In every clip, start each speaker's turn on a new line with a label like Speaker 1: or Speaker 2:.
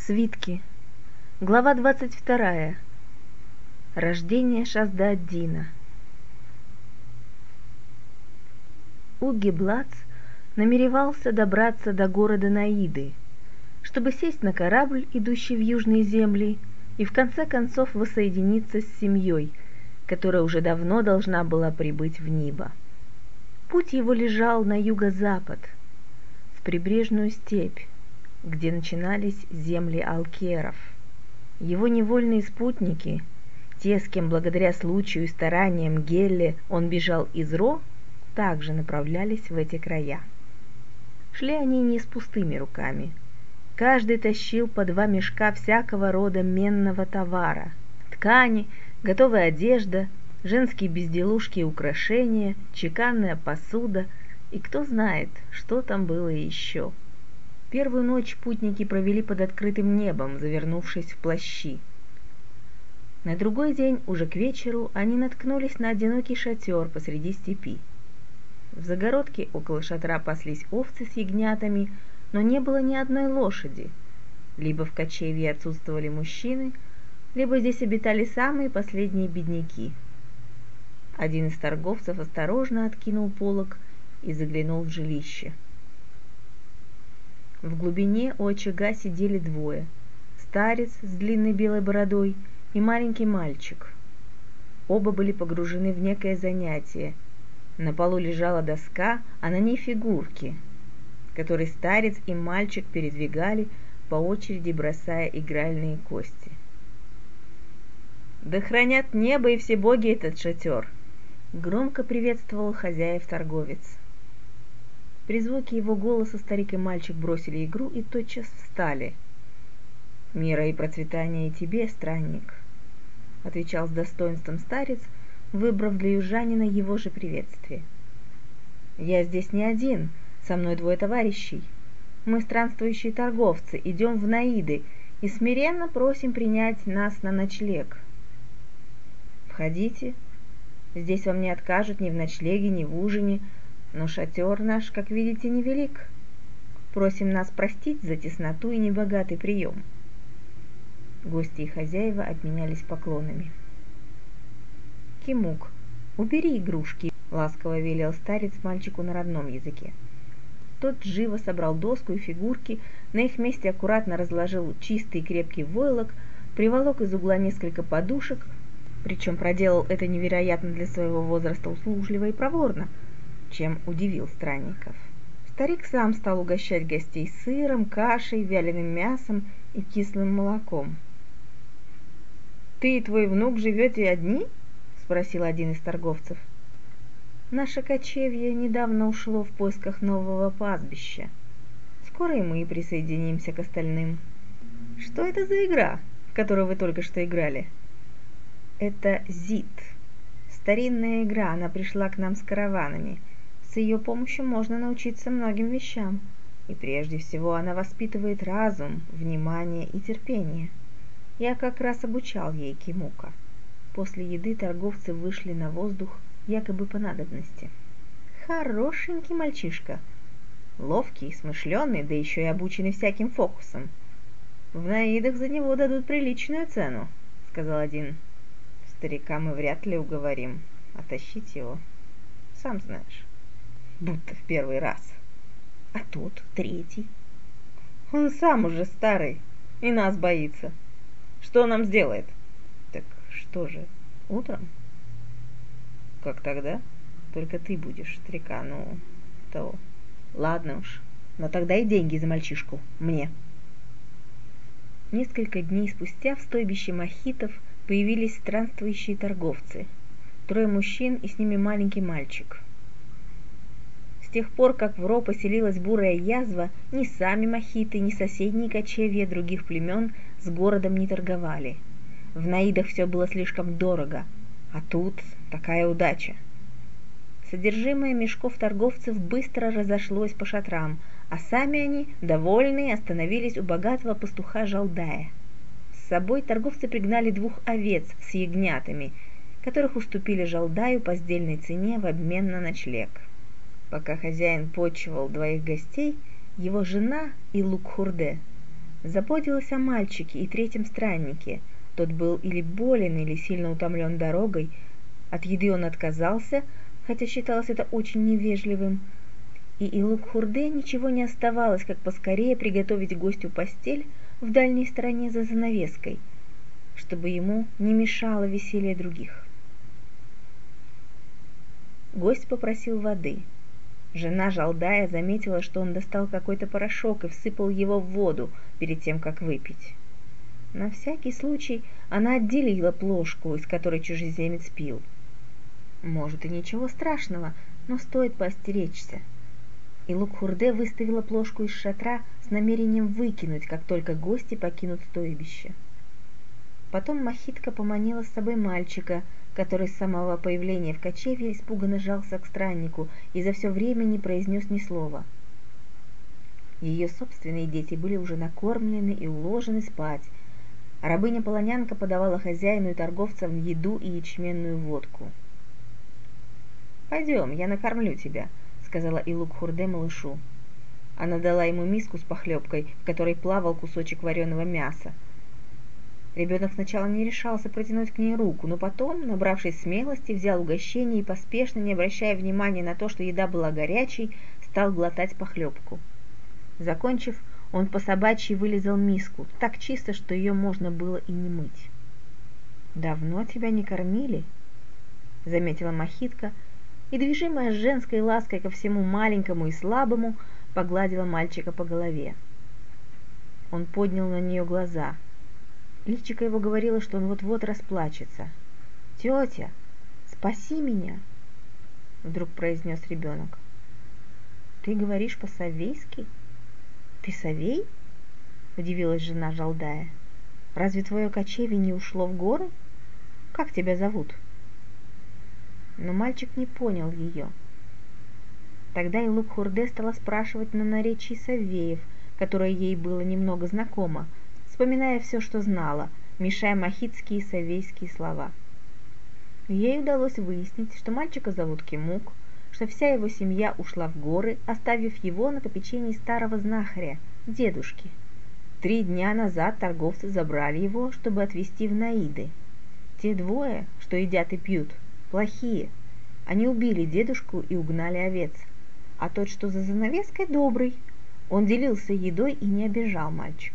Speaker 1: Свитки. Глава 22. Рождение Шазда-ад-Дина. Уги-Блац намеревался добраться до города Наиды, чтобы сесть на корабль, идущий в южные земли, и в конце концов воссоединиться с семьей, которая уже давно должна была прибыть в Ниба. Путь его лежал на юго-запад, в прибрежную степь, где начинались земли алкеров. Его невольные спутники, те, с кем благодаря случаю и стараниям Гелле он бежал из Ро, также направлялись в эти края. Шли они не с пустыми руками. Каждый тащил по 2 мешка всякого рода менного товара: ткани, готовая одежда, женские безделушки и украшения, чеканная посуда и кто знает, что там было еще. Первую ночь путники провели под открытым небом, завернувшись в плащи. На другой день, уже к вечеру, они наткнулись на одинокий шатер посреди степи. В загородке около шатра паслись овцы с ягнятами, но не было ни одной лошади. Либо в кочевье отсутствовали мужчины, либо здесь обитали самые последние бедняки. Один из торговцев осторожно откинул полог и заглянул в жилище. В глубине у очага сидели двое: старец с длинной белой бородой и маленький мальчик. Оба были погружены в некое занятие. На полу лежала доска, а на ней фигурки, которые старец и мальчик передвигали, по очереди бросая игральные кости. «Да хранят небо и все боги этот шатер!» — громко приветствовал хозяев торговец. При звуке его голоса старик и мальчик бросили игру и тотчас встали. «Мира и процветания и тебе, странник», — отвечал с достоинством старец, выбрав для южанина его же приветствие. «Я здесь не один, со мной 2 товарищей. Мы странствующие торговцы, идем в Наиды и смиренно просим принять нас на ночлег. Входите, здесь вам не откажут ни в ночлеге, ни в ужине, но шатер наш, как видите, невелик. Просим нас простить за тесноту и небогатый прием». Гости и хозяева обменялись поклонами. «Кимук, убери игрушки», — ласково велел старец мальчику на родном языке. Тот живо собрал доску и фигурки, на их месте аккуратно разложил чистый и крепкий войлок, приволок из угла несколько подушек, причем проделал это невероятно для своего возраста услужливо и проворно, чем удивил странников. Старик сам стал угощать гостей сыром, кашей, вяленым мясом и кислым молоком. «Ты и твой внук живете одни?» — спросил один из торговцев. «Наше кочевье недавно ушло в поисках нового пастбища. Скоро и мы присоединимся к остальным». «Что это за игра, в которую вы только что играли?» «Это Зит. Старинная игра, она пришла к нам с караванами. С ее помощью можно научиться многим вещам. И прежде всего она воспитывает разум, внимание и терпение. Я как раз обучал ей Кимука». После еды торговцы вышли на воздух, якобы по надобности. «Хорошенький мальчишка. Ловкий, смышленый, да еще и обученный всяким фокусам. В Наидах за него дадут приличную цену», — сказал один. «Старика мы вряд ли уговорим, а тащить его, сам знаешь, будто в первый раз. А тот, третий, он сам уже старый и нас боится. Что нам сделает?» «Так что же, утром?» «Как тогда? Только ты будешь, старика, ну, того. Ладно уж, но тогда и деньги за мальчишку мне». Несколько дней спустя в стойбище мохитов появились странствующие торговцы. 3 мужчин и с ними маленький мальчик. С тех пор, как в Ро поселилась бурая язва, ни сами мохиты, ни соседние кочевья других племен с городом не торговали. В Наидах все было слишком дорого, а тут такая удача. Содержимое мешков торговцев быстро разошлось по шатрам, а сами они, довольные, остановились у богатого пастуха Жалдая. С собой торговцы пригнали 2 овец с ягнятами, которых уступили Жалдаю по сдельной цене в обмен на ночлег. Пока хозяин почивал 2 гостей, его жена и Лукхурде Заботилась о мальчике и третьем страннике. Тот был или болен, или сильно утомлен дорогой. От еды он отказался, хотя считалось это очень невежливым. И Илук-Хурде ничего не оставалось, как поскорее приготовить гостю постель в дальней стороне за занавеской, чтобы ему не мешало веселье других. Гость попросил воды. Жена Жалдая заметила, что он достал какой-то порошок и всыпал его в воду перед тем, как выпить. На всякий случай она отделила плошку, из которой чужеземец пил. Может, и ничего страшного, но стоит поостеречься. Илук-Хурде выставила плошку из шатра с намерением выкинуть, как только гости покинут стойбище. Потом Махитка поманила с собой мальчика, который с самого появления в кочевье испуганно жался к страннику и за все время не произнес ни слова. Ее собственные дети были уже накормлены и уложены спать, а рабыня-полонянка подавала хозяину и торговцам еду и ячменную водку. «Пойдем, я накормлю тебя», — сказала Илук-Хурде малышу. Она дала ему миску с похлебкой, в которой плавал кусочек вареного мяса. Ребенок сначала не решался протянуть к ней руку, но потом, набравшись смелости, взял угощение и поспешно, не обращая внимания на то, что еда была горячей, стал глотать похлебку. Закончив, он по-собачьи вылизал миску, так чисто, что ее можно было и не мыть. «Давно тебя не кормили?» — заметила Махитка, и, движимая женской лаской ко всему маленькому и слабому, погладила мальчика по голове. Он поднял на нее глаза. Личико его говорило, что он вот-вот расплачется. «Тетя, спаси меня!» — вдруг произнес ребенок. «Ты говоришь по-совейски? Ты совей?» — удивилась жена Жалдая. «Разве твое кочевье не ушло в горы? Как тебя зовут?» Но мальчик не понял ее. Тогда Илук-Хурде стала спрашивать на наречии совеев, которое ей было немного знакомо, вспоминая все, что знала, мешая махитские и совейские слова. Ей удалось выяснить, что мальчика зовут Кимук, что вся его семья ушла в горы, оставив его на попечении старого знахаря, дедушки. 3 дня назад торговцы забрали его, чтобы отвезти в Наиды. Те двое, что едят и пьют, плохие. Они убили дедушку и угнали овец. А тот, что за занавеской, добрый. Он делился едой и не обижал мальчика.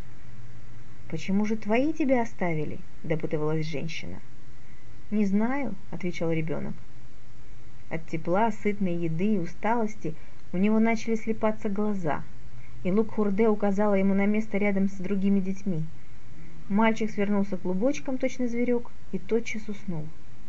Speaker 1: «Почему же твои тебя оставили?» – допытывалась женщина. «Не знаю», – отвечал ребенок. От тепла, сытной еды и усталости у него начали слепаться глаза, и Илук-Хурде указала ему на место рядом с другими детьми. Мальчик свернулся клубочком, точно зверек, и тотчас уснул.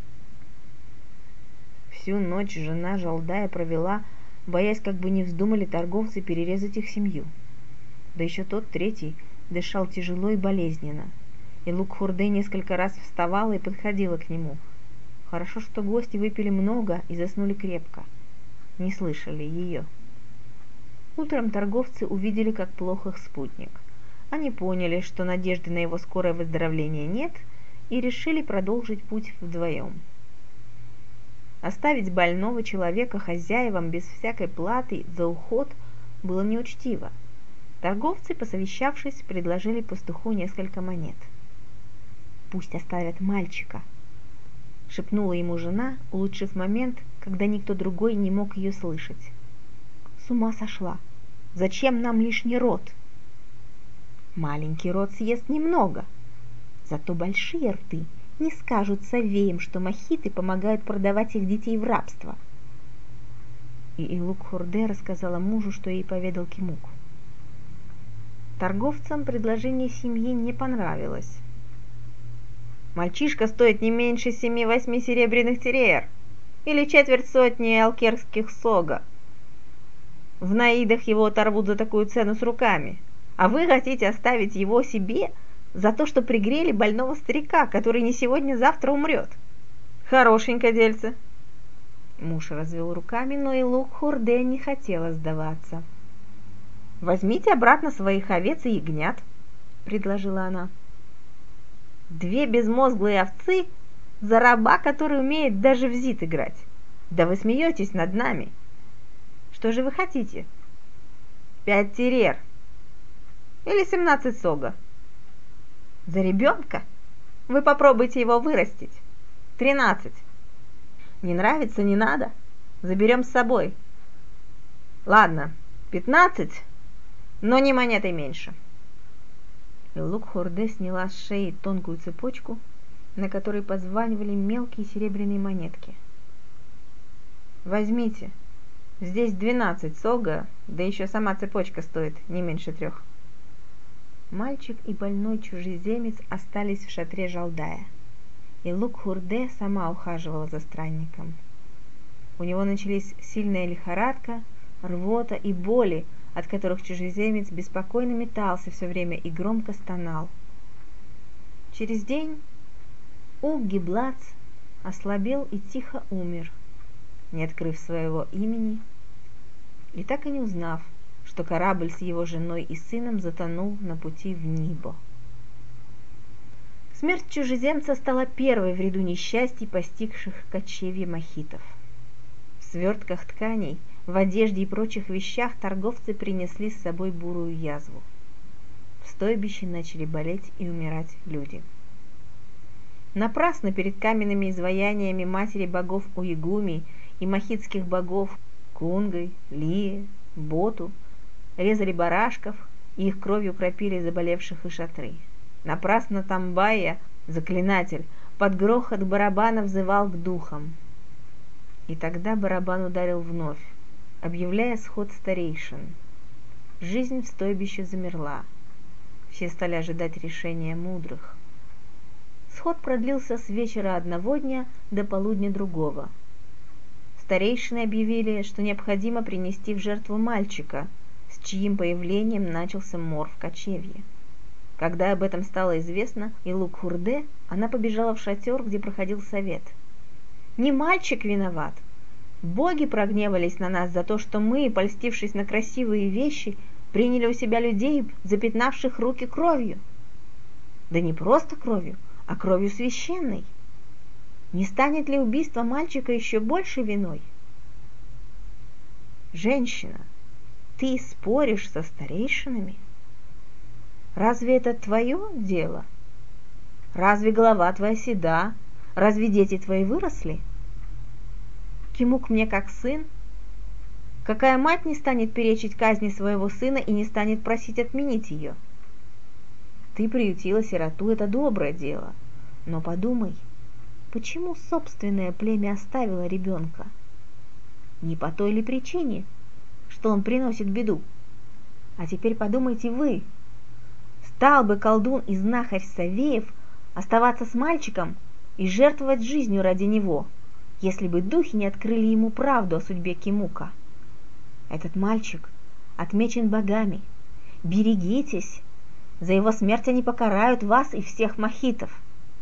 Speaker 1: Всю ночь жена Жалдая провела, боясь, как бы не вздумали торговцы перерезать их семью. Да еще тот третий дышал тяжело и болезненно. Илук-Хурде несколько раз вставала и подходила к нему. Хорошо, что гости выпили много и заснули крепко. Не слышали ее. Утром торговцы увидели, как плох их спутник. Они поняли, что надежды на его скорое выздоровление нет, и решили продолжить путь вдвоем. Оставить больного человека хозяевам без всякой платы за уход было неучтиво. Торговцы, посовещавшись, предложили пастуху несколько монет. «Пусть оставят мальчика», — шепнула ему жена, улучшив момент, когда никто другой не мог ее слышать. «С ума сошла! Зачем нам лишний род?» «Маленький род съест немного, зато большие рты не скажут совеям, что махиты помогают продавать их детей в рабство». И Илук-Хурде рассказала мужу, что ей поведал Кимук. Торговцам предложение семьи не понравилось. «Мальчишка стоит не меньше 7-8 серебряных терьер или 1/4 алкерских сога. В Наидах его оторвут за такую цену с руками, а вы хотите оставить его себе за то, что пригрели больного старика, который не сегодня-завтра умрет. Хорошенько дельце». Муж развел руками, но Илук-Хурде не хотела сдаваться. «Возьмите обратно своих овец и ягнят», — предложила она. 2 безмозглые овцы за раба, который умеет даже в зит играть. Да вы смеетесь над нами. Что же вы хотите? 5 терьер. или 17 сога. За ребенка? Вы попробуйте его вырастить. 13. Не нравится, не надо. Заберем с собой. Ладно, 15, но не монетой меньше. Элук-Хорде сняла с шеи тонкую цепочку, на которой позванивали мелкие серебряные монетки. Возьмите. Здесь 12 сога, да еще сама цепочка стоит не меньше 3. Мальчик и больной чужеземец остались в шатре Жалдая. Элук-Хорде сама ухаживала за странником. У него начались сильная лихорадка, рвота и боли, от которых чужеземец беспокойно метался все время и громко стонал. Через день Угги-Блац ослабел и тихо умер, не открыв своего имени, и так и не узнав, что корабль с его женой и сыном затонул на пути в Нибо. Смерть чужеземца стала первой в ряду несчастий, постигших кочевье мохитов. В свертках тканей, в одежде и прочих вещах торговцы принесли с собой бурую язву. В стойбище начали болеть и умирать люди. Напрасно перед каменными изваяниями матери богов Уигуми и мохитских богов Кунгой, Лии, Боту резали барашков и их кровью кропили заболевших и шатры. Напрасно Тамбая, заклинатель, под грохот барабана взывал к духам. И тогда барабан ударил вновь, объявляя сход старейшин. Жизнь в стойбище замерла. Все стали ожидать решения мудрых. Сход продлился с вечера одного дня до полудня другого. Старейшины объявили, что необходимо принести в жертву мальчика, с чьим появлением начался мор в кочевье. Когда об этом стало известно Элук-Хорде, она побежала в шатер, где проходил совет. «Не мальчик виноват. Боги прогневались на нас за то, что мы, польстившись на красивые вещи, приняли у себя людей, запятнавших руки кровью. Да не просто кровью, а кровью священной. Не станет ли убийство мальчика еще большей виной? Женщина, ты споришь со старейшинами? Разве это твое дело? Разве голова твоя седа? Разве дети твои выросли? Кимук мне как сын? Какая мать не станет перечить казни своего сына и не станет просить отменить ее? Ты приютила сироту, это доброе дело. Но подумай, почему собственное племя оставило ребенка? Не по той ли причине, что он приносит беду? А теперь подумайте вы, стал бы колдун и знахарь Савеев оставаться с мальчиком и жертвовать жизнью ради него, если бы духи не открыли ему правду о судьбе Кимука? Этот мальчик отмечен богами. Берегитесь, за его смерть они покарают вас и всех мохитов.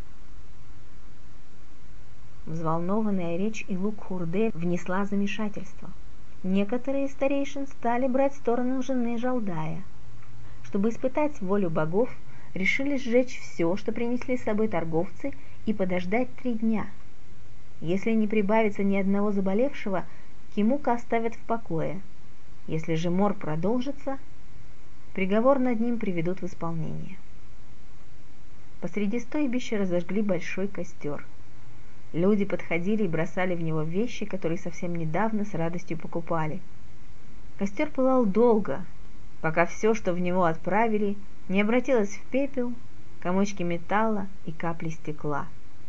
Speaker 1: Взволнованная речь Элук-Хорде внесла замешательство. Некоторые из старейшин стали брать сторону жены Жалдая. Чтобы испытать волю богов, решили сжечь все, что принесли с собой торговцы, и подождать 3 дня. Если не прибавится ни одного заболевшего, Кимука оставят в покое. Если же мор продолжится, приговор над ним приведут в исполнение. Посреди стойбища разожгли большой костер. Люди подходили и бросали в него вещи, которые совсем недавно с радостью покупали. Костер пылал долго, пока все, что в него отправили, не обратилось в пепел, комочки металла и капли стекла.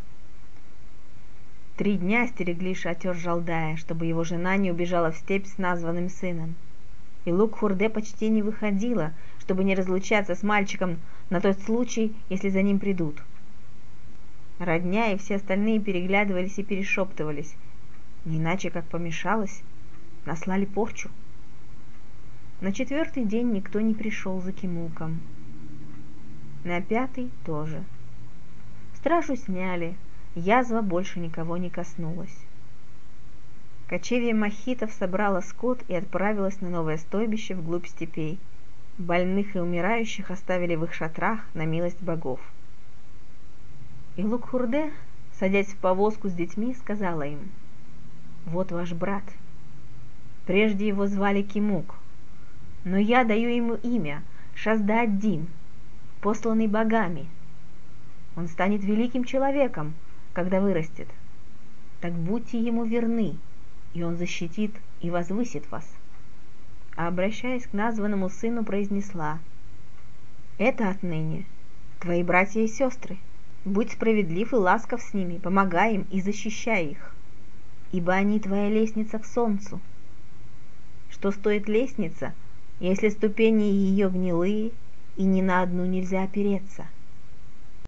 Speaker 1: 3 дня стерегли шатер Жалдая, чтобы его жена не убежала в степь с названным сыном. Элук-Хорде почти не выходила, чтобы не разлучаться с мальчиком на тот случай, если за ним придут. Родня и все остальные переглядывались и перешептывались. Не иначе, как помешалось, наслали порчу. На 4-й день никто не пришел за Кимуком. На 5-й тоже. Стражу сняли, язва больше никого не коснулась. Кочевье мохитов собрало скот и отправилось на новое стойбище вглубь степей. Больных и умирающих оставили в их шатрах на милость богов. Элук-Хорде, садясь в повозку с детьми, сказала им: «Вот ваш брат. Прежде его звали Кимук, но я даю ему имя, Шазда-ад-Дин, посланный богами. Он станет великим человеком, когда вырастет. Так будьте ему верны, и он защитит и возвысит вас». А обращаясь к названному сыну, произнесла: «Это отныне твои братья и сестры. Будь справедлив и ласков с ними, помогай им и защищай их, ибо они твоя лестница к солнцу. Что стоит лестница, если ступени ее гнилые, и ни на одну нельзя опереться?